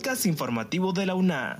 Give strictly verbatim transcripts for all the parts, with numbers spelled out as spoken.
podcast informativo de la U N A.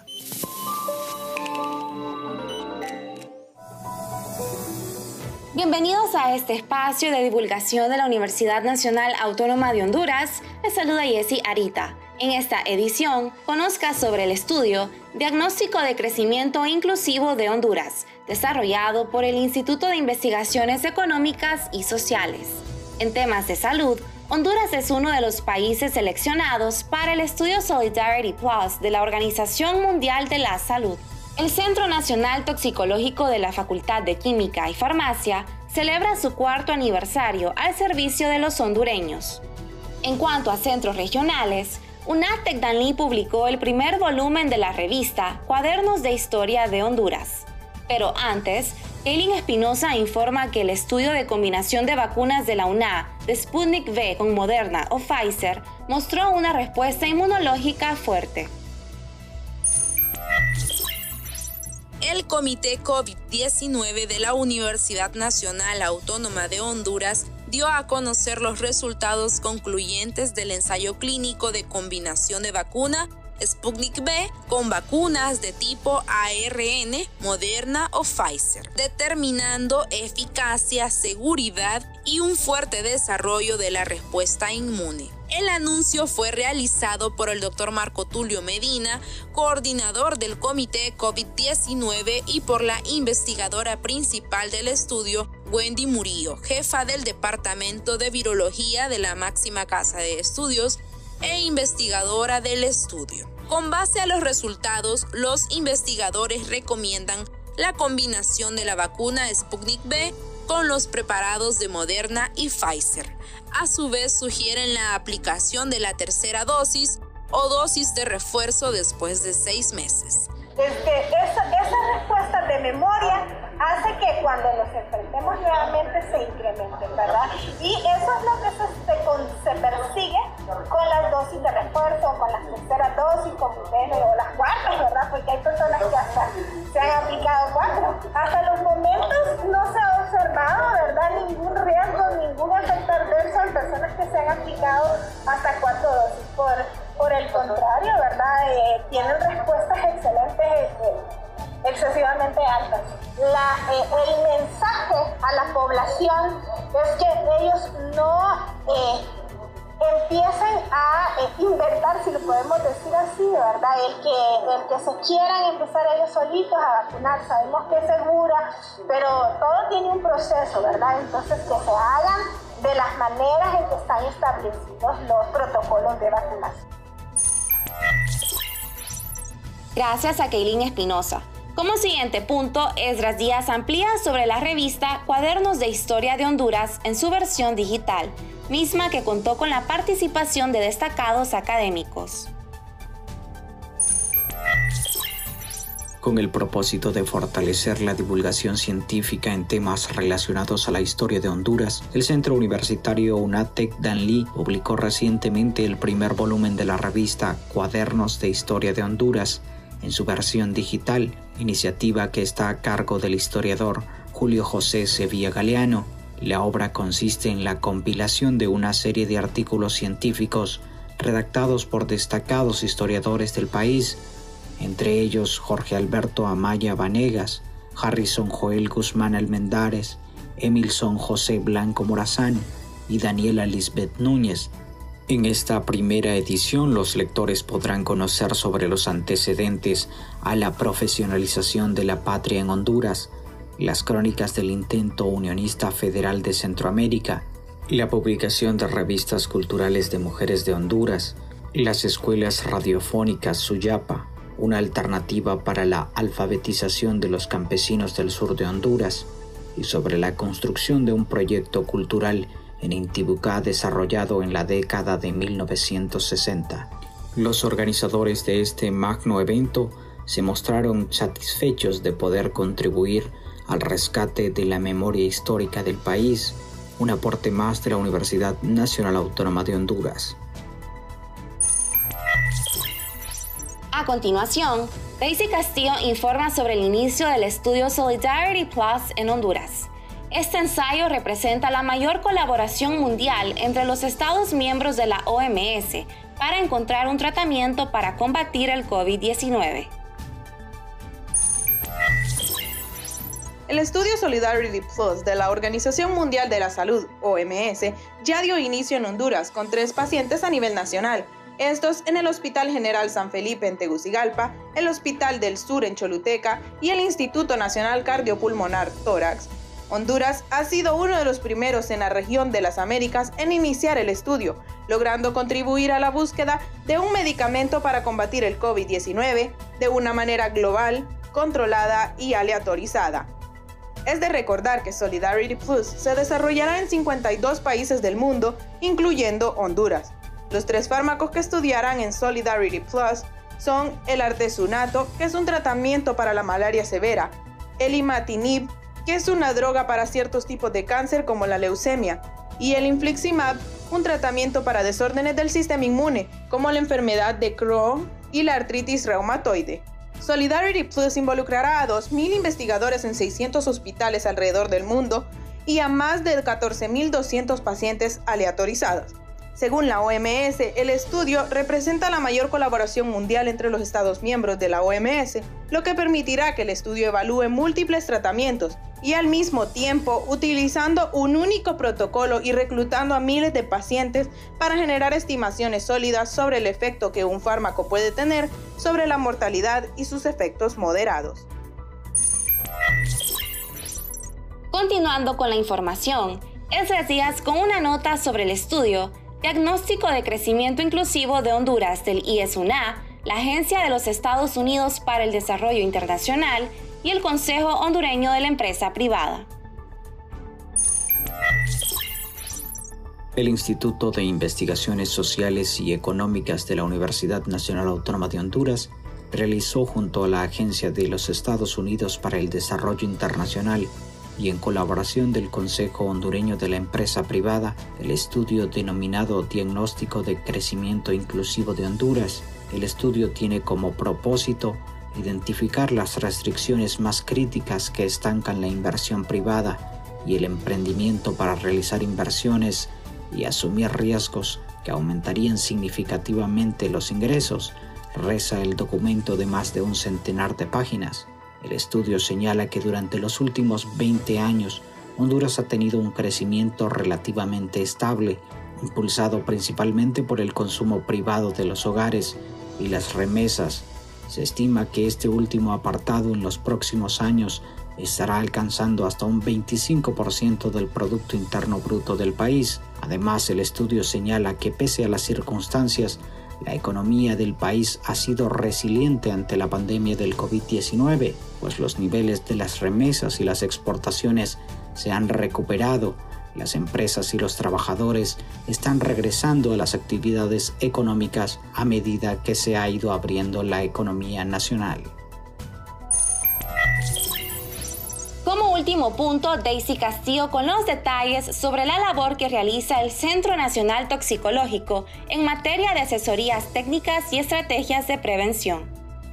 Bienvenidos a este espacio de divulgación de la Universidad Nacional Autónoma de Honduras. Les saluda Jessie Arita. En esta edición, conozca sobre el estudio Diagnóstico de Crecimiento Inclusivo de Honduras, desarrollado por el Instituto de Investigaciones Económicas y Sociales. En temas de salud, Honduras es uno de los países seleccionados para el estudio Solidarity Plus de la Organización Mundial de la Salud. El Centro Nacional Toxicológico de la Facultad de Química y Farmacia celebra su cuarto aniversario al servicio de los hondureños. En cuanto a centros regionales, UNATEC Danlí publicó el primer volumen de la revista Cuadernos de Historia de Honduras. Pero antes, Kaylin Espinosa informa que el estudio de combinación de vacunas de la U N A de Sputnik V con Moderna o Pfizer mostró una respuesta inmunológica fuerte. El Comité COVID diecinueve de la Universidad Nacional Autónoma de Honduras dio a conocer los resultados concluyentes del ensayo clínico de combinación de vacuna Sputnik V con vacunas de tipo A R N, Moderna o Pfizer, determinando eficacia, seguridad y un fuerte desarrollo de la respuesta inmune. El anuncio fue realizado por el doctor Marco Tulio Medina, coordinador del Comité COVID diecinueve, y por la investigadora principal del estudio, Wendy Murillo, jefa del Departamento de Virología de la máxima casa de estudios e investigadora del estudio. Con base a los resultados, los investigadores recomiendan la combinación de la vacuna Sputnik V con los preparados de Moderna y Pfizer. A su vez, sugieren la aplicación de la tercera dosis o dosis de refuerzo después de seis meses. Este, esa, esa respuesta de memoria hace que cuando nos enfrentemos nuevamente se incrementen, ¿verdad? Y eso es lo que se, se, con, se persigue con las dosis de refuerzo, con las terceras dosis, con Moderna o las cuartas, ¿verdad? Porque hay personas que hasta se han aplicado cuatro. Hasta los momentos no se ha observado, ¿verdad? Ningún riesgo, ningún efecto adverso en personas que se han aplicado hasta cuatro dosis. Por, por el contrario, ¿verdad? Eh, tienen respuestas excelentes, eh, excesivamente altas. La, eh, el mensaje a la población es que ellos no eh, empiecen a eh, inventar, si lo podemos decir así, ¿verdad? El que, el que se quieran empezar ellos solitos a vacunar, sabemos que es segura, pero todo tiene un proceso, ¿verdad? Entonces que se hagan de las maneras en que están establecidos los protocolos de vacunación. Gracias a Kaylin Espinosa. Como siguiente punto, Esdras Díaz amplía sobre la revista Cuadernos de Historia de Honduras en su versión digital, misma que contó con la participación de destacados académicos. Con el propósito de fortalecer la divulgación científica en temas relacionados a la historia de Honduras, el Centro Universitario UNATEC Danlí publicó recientemente el primer volumen de la revista Cuadernos de Historia de Honduras en su versión digital, iniciativa que está a cargo del historiador Julio José Sevilla Galeano. La obra consiste en la compilación de una serie de artículos científicos redactados por destacados historiadores del país, entre ellos Jorge Alberto Amaya Vanegas, Harrison Joel Guzmán Almendares, Emilson José Blanco Morazán y Daniela Lisbeth Núñez. En esta primera edición, los lectores podrán conocer sobre los antecedentes a la profesionalización de la patria en Honduras, las crónicas del intento unionista federal de Centroamérica, la publicación de revistas culturales de mujeres de Honduras, las escuelas radiofónicas Suyapa, una alternativa para la alfabetización de los campesinos del sur de Honduras, y sobre la construcción de un proyecto cultural en Intibucá desarrollado en la década de mil novecientos sesenta. Los organizadores de este magno evento se mostraron satisfechos de poder contribuir al rescate de la memoria histórica del país, un aporte más de la Universidad Nacional Autónoma de Honduras. A continuación, Daisy Castillo informa sobre el inicio del estudio Solidarity Plus en Honduras. Este ensayo representa la mayor colaboración mundial entre los Estados miembros de la O M S para encontrar un tratamiento para combatir el COVID diecinueve. El estudio Solidarity Plus de la Organización Mundial de la Salud, O M S, ya dio inicio en Honduras con tres pacientes a nivel nacional. Estos en el Hospital General San Felipe en Tegucigalpa, el Hospital del Sur en Choluteca y el Instituto Nacional Cardiopulmonar Tórax. Honduras ha sido uno de los primeros en la región de las Américas en iniciar el estudio, logrando contribuir a la búsqueda de un medicamento para combatir el COVID diecinueve de una manera global, controlada y aleatorizada. Es de recordar que Solidarity Plus se desarrollará en cincuenta y dos países del mundo, incluyendo Honduras. Los tres fármacos que estudiarán en Solidarity Plus son el artesunato, que es un tratamiento para la malaria severa, el imatinib, que es una droga para ciertos tipos de cáncer como la leucemia, y el infliximab, un tratamiento para desórdenes del sistema inmune como la enfermedad de Crohn y la artritis reumatoide. Solidarity Plus involucrará a dos mil investigadores en seiscientos hospitales alrededor del mundo y a más de catorce mil doscientos pacientes aleatorizados. Según la O M S, el estudio representa la mayor colaboración mundial entre los Estados miembros de la O M S, lo que permitirá que el estudio evalúe múltiples tratamientos y al mismo tiempo utilizando un único protocolo y reclutando a miles de pacientes para generar estimaciones sólidas sobre el efecto que un fármaco puede tener sobre la mortalidad y sus efectos moderados. Continuando con la información, Esdras Díaz con una nota sobre el estudio Diagnóstico de Crecimiento Inclusivo de Honduras del I E S U N A, la Agencia de los Estados Unidos para el Desarrollo Internacional y el Consejo Hondureño de la Empresa Privada. El Instituto de Investigaciones Sociales y Económicas de la Universidad Nacional Autónoma de Honduras realizó junto a la Agencia de los Estados Unidos para el Desarrollo Internacional y en colaboración del Consejo Hondureño de la Empresa Privada, el estudio denominado Diagnóstico de Crecimiento Inclusivo de Honduras. El estudio tiene como propósito identificar las restricciones más críticas que estancan la inversión privada y el emprendimiento para realizar inversiones y asumir riesgos que aumentarían significativamente los ingresos, reza el documento de más de un centenar de páginas. El estudio señala que durante los últimos veinte años, Honduras ha tenido un crecimiento relativamente estable, impulsado principalmente por el consumo privado de los hogares y las remesas. Se estima que este último apartado en los próximos años estará alcanzando hasta un veinticinco por ciento del Producto Interno Bruto del país. Además, el estudio señala que pese a las circunstancias, la economía del país ha sido resiliente ante la pandemia del COVID diecinueve, pues los niveles de las remesas y las exportaciones se han recuperado. Las empresas y los trabajadores están regresando a las actividades económicas a medida que se ha ido abriendo la economía nacional. Como último punto, Daisy Castillo con los detalles sobre la labor que realiza el Centro Nacional Toxicológico en materia de asesorías técnicas y estrategias de prevención.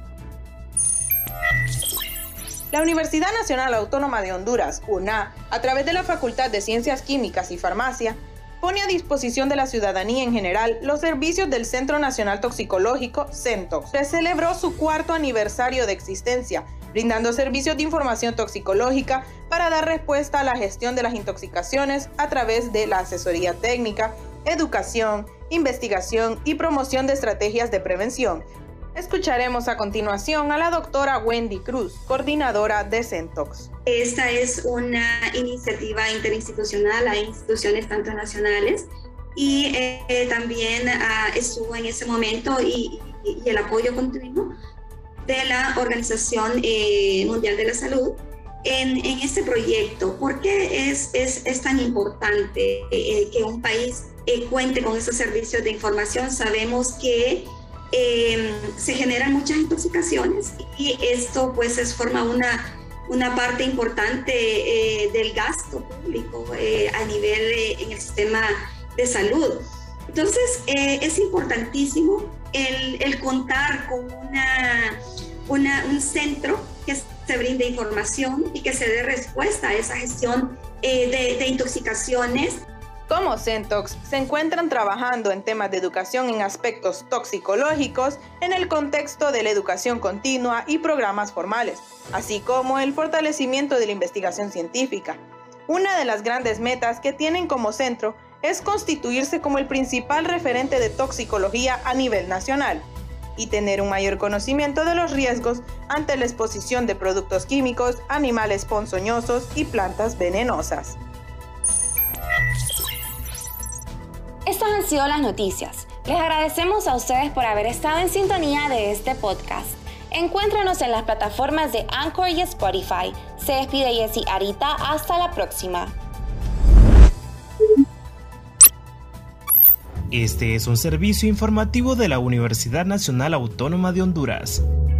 La Universidad Nacional Autónoma de Honduras, U N A, a través de la Facultad de Ciencias Químicas y Farmacia, pone a disposición de la ciudadanía en general los servicios del Centro Nacional Toxicológico, CENTOX, que celebró su cuarto aniversario de existencia, brindando servicios de información toxicológica para dar respuesta a la gestión de las intoxicaciones a través de la asesoría técnica, educación, investigación y promoción de estrategias de prevención. Escucharemos a continuación a la doctora Wendy Cruz, coordinadora de CENTOX. Esta es una iniciativa interinstitucional, hay instituciones tanto nacionales y eh, también uh, estuvo en ese momento y, y, y el apoyo continuo de la Organización eh, Mundial de la Salud en, en este proyecto. ¿Por qué es, es, es tan importante eh, que un país eh, cuente con estos servicios de información? Sabemos que eh, se generan muchas intoxicaciones y esto pues es, forma una, una parte importante eh, del gasto público eh, a nivel eh, en el sistema de salud. Entonces eh, es importantísimo el, el contar con una, una, un centro que se brinde información y que se dé respuesta a esa gestión eh, de, de intoxicaciones. Como Centox, se encuentran trabajando en temas de educación en aspectos toxicológicos en el contexto de la educación continua y programas formales, así como el fortalecimiento de la investigación científica. Una de las grandes metas que tienen como centro es constituirse como el principal referente de toxicología a nivel nacional y tener un mayor conocimiento de los riesgos ante la exposición de productos químicos, animales ponzoñosos y plantas venenosas. Estas han sido las noticias. Les agradecemos a ustedes por haber estado en sintonía de este podcast. Encuéntrenos en las plataformas de Anchor y Spotify. Se despide Jessie Arita. Hasta la próxima. Este es un servicio informativo de la Universidad Nacional Autónoma de Honduras.